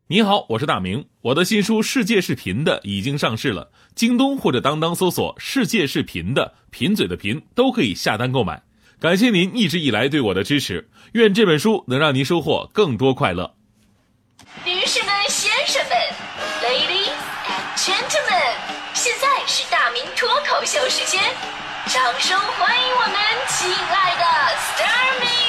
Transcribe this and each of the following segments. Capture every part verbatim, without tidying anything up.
你好，我是大明。我的新书《世界是贫的》已经上市了，京东或者当当搜索"世界是贫的"，贫嘴的贫都可以下单购买。感谢您一直以来对我的支持，愿这本书能让您收获更多快乐。 女士们、先生们 ，Ladies and Gentlemen， 现在是大明脱口秀时间，掌声欢迎我们亲爱的 Starmin。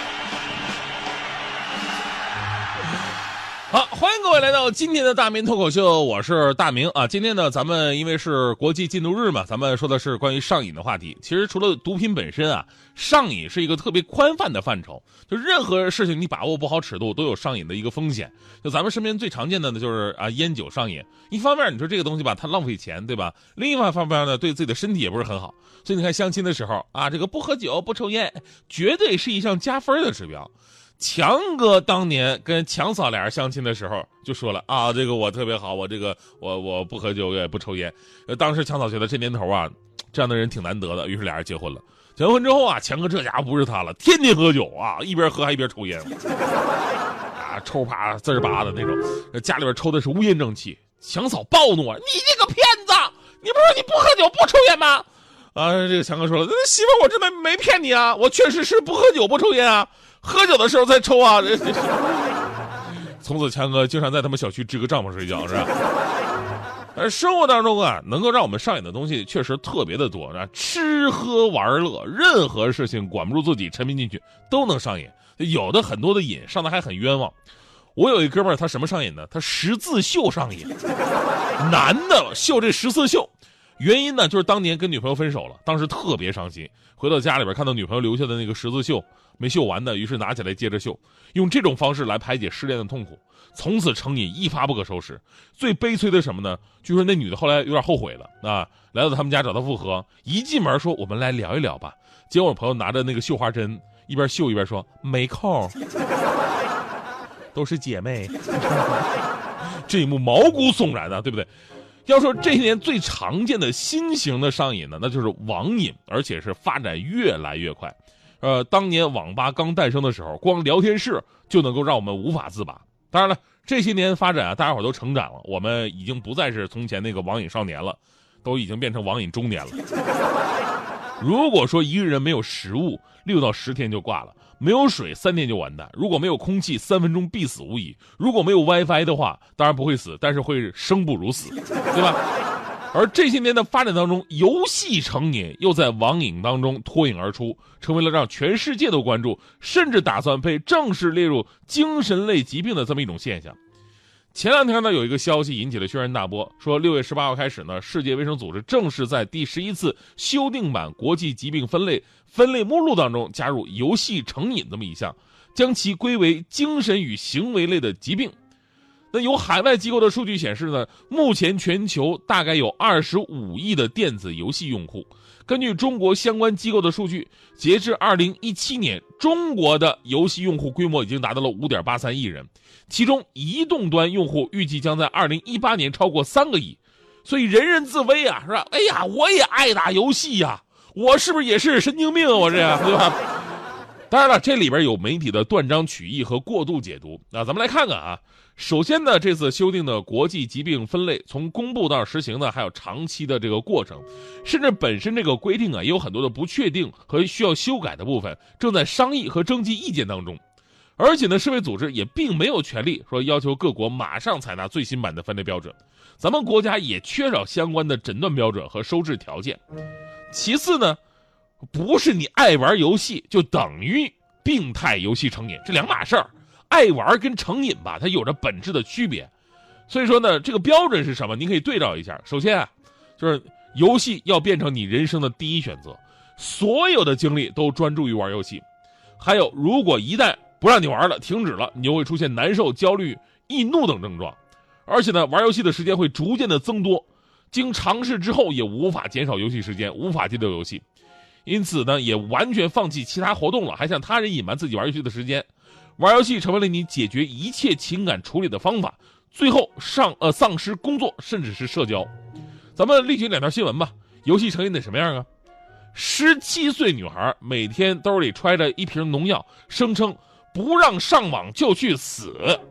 好，欢迎各位来到今天的大明脱口秀，我是大明啊。今天呢，咱们因为是国际禁毒日嘛，咱们说的是关于上瘾的话题。其实除了毒品本身啊，上瘾是一个特别宽泛的范畴，就任何事情你把握不好尺度，都有上瘾的一个风险。就咱们身边最常见的呢，就是啊烟酒上瘾。一方面你说这个东西吧，它浪费钱，对吧？另一方面呢，对自己的身体也不是很好。所以你看相亲的时候啊，这个不喝酒不抽烟，绝对是一项加分的指标。强哥当年跟强嫂俩人相亲的时候就说了啊，这个我特别好，我这个我我不喝酒也不抽烟。呃，当时强嫂觉得这年头啊，这样的人挺难得的，于是俩人结婚了。结婚之后啊，强哥这家伙不是他了，天天喝酒啊，一边喝还一边抽烟，啊，抽啪滋儿叭的那种，家里边抽的是乌烟瘴气。强嫂暴怒啊，你这个骗子，你不是你不喝酒不抽烟吗？啊，这个强哥说了，媳妇我真的没骗你啊，我确实是不喝酒不抽烟啊。喝酒的时候再抽啊！从此强哥经常在他们小区支个帐篷睡觉，是吧？而生活当中啊，能够让我们上瘾的东西确实特别的多，是吧？吃喝玩乐，任何事情管不住自己，沉迷进去都能上瘾。有的很多的瘾上的还很冤枉。我有一哥们儿，他什么上瘾呢？他十字绣上瘾，男的绣这十字绣。原因呢，就是当年跟女朋友分手了，当时特别伤心，回到家里边看到女朋友留下的那个十字绣没绣完的，于是拿起来接着绣，用这种方式来排解失恋的痛苦，从此成瘾一发不可收拾。最悲催的什么呢？据说那女的后来有点后悔了啊，来到他们家找他复合，一进门说我们来聊一聊吧，结果我朋友拿着那个绣花针一边绣一边说没空，都是姐妹。这一幕毛骨悚然啊，对不对？要说这些年最常见的新型的上瘾呢，那就是网瘾，而且是发展越来越快。呃，当年网吧刚诞生的时候，光聊天室就能够让我们无法自拔。当然了，这些年发展啊，大家伙都成长了，我们已经不再是从前那个网瘾少年了，都已经变成网瘾中年了。如果说一个人没有食物，六到十天就挂了；没有水，三天就完蛋；如果没有空气，三分钟必死无疑；如果没有 WiFi 的话，当然不会死，但是会生不如死，对吧？而这些年的发展当中，游戏成瘾又在网瘾当中脱颖而出，成为了让全世界都关注，甚至打算被正式列入精神类疾病的这么一种现象。前两天呢，有一个消息引起了轩然大波，说六月十八号开始呢，世界卫生组织正式在第十一次修订版国际疾病分类分类目录当中加入游戏成瘾这么一项，将其归为精神与行为类的疾病。那有海外机构的数据显示呢，目前全球大概有二十五亿的电子游戏用户。根据中国相关机构的数据，截至二零一七年，中国的游戏用户规模已经达到了 五点八三亿人，其中移动端用户预计将在二零一八年超过三个亿。所以人人自危啊，是吧？哎呀，我也爱打游戏呀、啊，我是不是也是神经病啊？我这样，对吧？当然了，这里边有媒体的断章取义和过度解读。那咱们来看看啊。首先呢，这次修订的国际疾病分类从公布到实行呢，还有长期的这个过程，甚至本身这个规定啊，也有很多的不确定和需要修改的部分，正在商议和征集意见当中。而且呢，世卫组织也并没有权利说要求各国马上采纳最新版的分类标准，咱们国家也缺少相关的诊断标准和收治条件。其次呢，不是你爱玩游戏就等于病态游戏成瘾，这两码事儿。爱玩跟成瘾吧，它有着本质的区别。所以说呢，这个标准是什么？您可以对照一下。首先啊，就是游戏要变成你人生的第一选择，所有的精力都专注于玩游戏。还有，如果一旦不让你玩了，停止了，你就会出现难受、焦虑、易怒等症状。而且呢，玩游戏的时间会逐渐的增多，经尝试之后也无法减少游戏时间，无法戒掉游戏。因此呢，也完全放弃其他活动了，还向他人隐瞒自己玩游戏的时间。玩游戏成为了你解决一切情感处理的方法，最后上呃丧失工作甚至是社交。咱们例举两条新闻吧。游戏成瘾得什么样啊？十七岁女孩每天兜里揣着一瓶农药，声称不让上网就去死，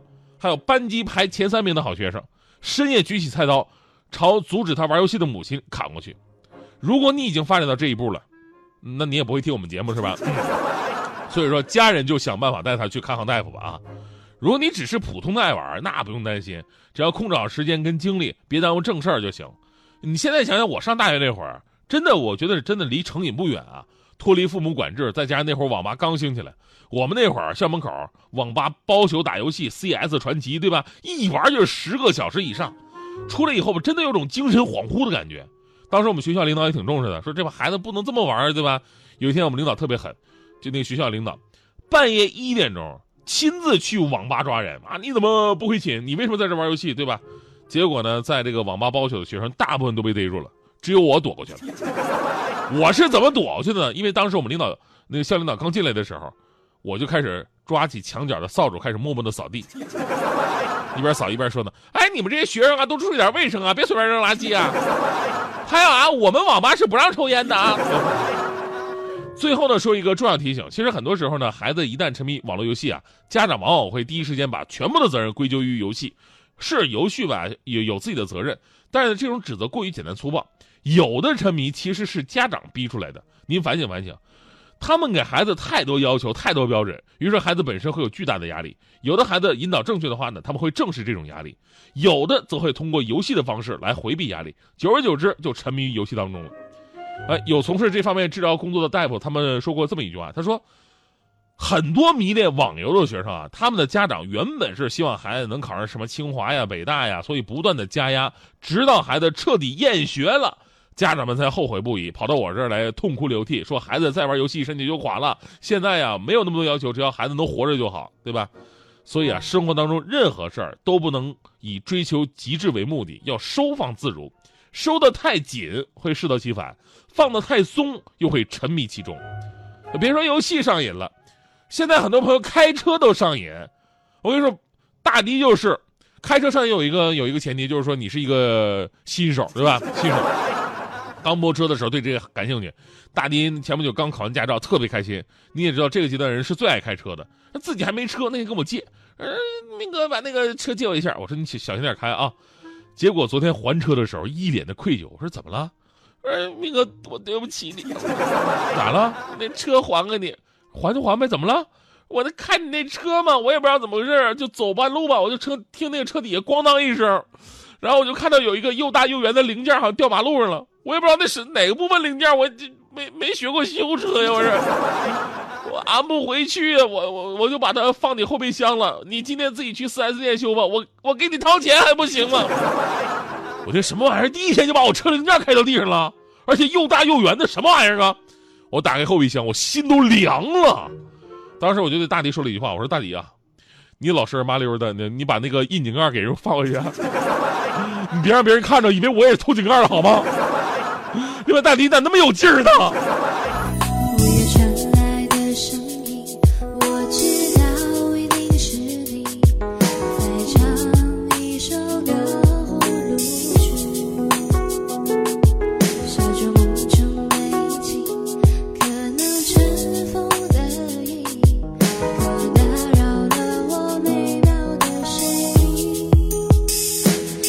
还有班级排前三名的好学生，深夜举起菜刀，朝阻止他玩游戏的母亲砍过去。如果你已经发展到这一步了，那你也不会听我们节目是吧？所以说家人就想办法带他去看看大夫吧啊！如果你只是普通的爱玩，那不用担心，只要控制好时间跟精力，别耽误正事儿就行。你现在想想，我上大学那会儿，真的我觉得真的离成瘾不远啊。脱离父母管制，再加上那会儿网吧刚兴起来，我们那会儿校门口网吧包宿打游戏 C S 传奇，对吧？一玩就是十个小时以上。出来以后吧，真的有种精神恍惚的感觉。当时我们学校领导也挺重视的，说这把孩子不能这么玩，对吧？有一天我们领导特别狠，就那个学校领导半夜一点钟亲自去网吧抓人啊！你怎么不回寝？你为什么在这玩游戏，对吧？结果呢，在这个网吧包宿的学生大部分都被逮住了，只有我躲过去了。我是怎么躲过去的呢？因为当时我们领导那个校领导刚进来的时候，我就开始抓起墙角的扫帚，开始默默的扫地，一边扫一边说呢：“哎，你们这些学生啊，都注意点卫生啊，别随便扔垃圾啊！还有啊，我们网吧是不让抽烟的啊。”最后呢，说一个重要提醒，其实很多时候呢，孩子一旦沉迷网络游戏啊，家长往往会第一时间把全部的责任归咎于游戏。是游戏吧，有有自己的责任，但是这种指责过于简单粗暴。有的沉迷其实是家长逼出来的，您反省反省。他们给孩子太多要求，太多标准，于是孩子本身会有巨大的压力。有的孩子引导正确的话呢，他们会正视这种压力；有的则会通过游戏的方式来回避压力，久而久之就沉迷于游戏当中了。哎，有从事这方面治疗工作的大夫，他们说过这么一句话，他说，很多迷恋网游的学生啊，他们的家长原本是希望孩子能考上什么清华呀、北大呀，所以不断的加压，直到孩子彻底厌学了，家长们才后悔不已，跑到我这儿来痛哭流涕，说孩子再玩游戏身体就垮了。现在呀，没有那么多要求，只要孩子能活着就好，对吧？所以啊，生活当中任何事儿都不能以追求极致为目的，要收放自如。收得太紧会适得其反，放得太松又会沉迷其中。别说游戏上瘾了，现在很多朋友开车都上瘾。我跟你说，大迪就是开车上瘾有一个有一个前提，就是说你是一个新手，对吧？新手刚摸车的时候对这个感兴趣。大迪前不久刚考完驾照，特别开心。你也知道这个阶段人是最爱开车的，他自己还没车，那天跟我借，呃，明哥把那个车借我一下。我说你小心点开啊。结果昨天还车的时候一脸的愧疚，我说怎么了？呃，明哥，我对不起你。咋了？那车还给你，还就还呗，怎么了？我在看你那车嘛，我也不知道怎么回事，就走半路吧，我就车听那个车底下咣当一声，然后我就看到有一个又大又圆的零件好像掉马路上了，我也不知道那是哪个部分零件，我这没没学过修车呀，我是。我安不回去啊，我我我就把它放你后备箱了。你今天自己去 四 S 店修吧，我我给你掏钱还不行吗？我这什么玩意儿？第一天就把我车零件开到地上了，而且又大又圆的，什么玩意儿啊？我打开后备箱，我心都凉了。当时我就对大迪说了一句话，我说大迪啊，你老实麻溜的，你把那个窨井盖给人放回去，你别让别人看着以为我也偷井盖了好吗？因为大迪咋那么有劲儿呢？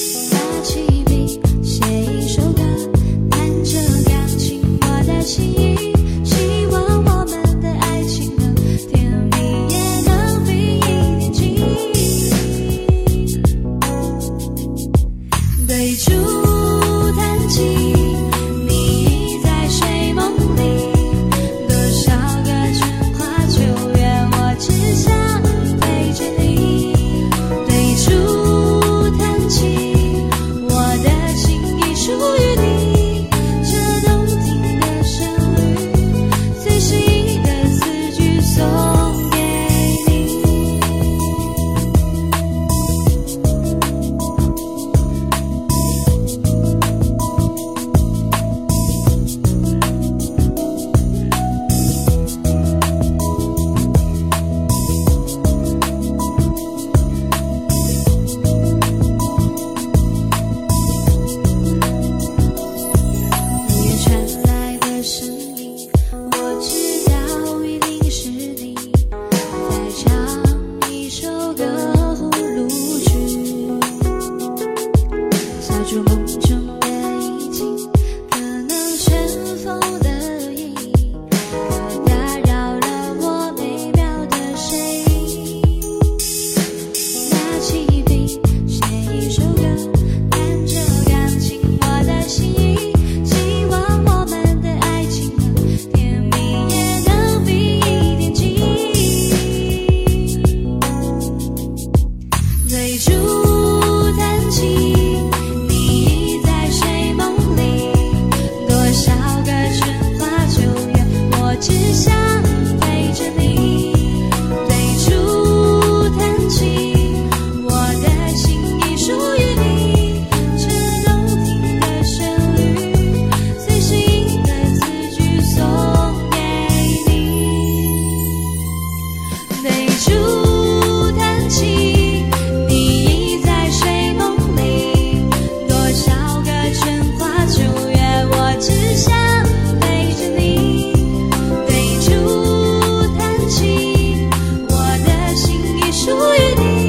写一首歌，弹着钢琴，我的心。 对竹弹琴，你已在睡梦里。多少个春花秋月，我只想陪着你。对竹弹琴，我的心已属于你。这动听的旋律，随时一个字句送给你。对竹弹琴，你已在睡梦里。多少个春花秋月，我只想陪着你。对竹弹琴，我的心已属于你。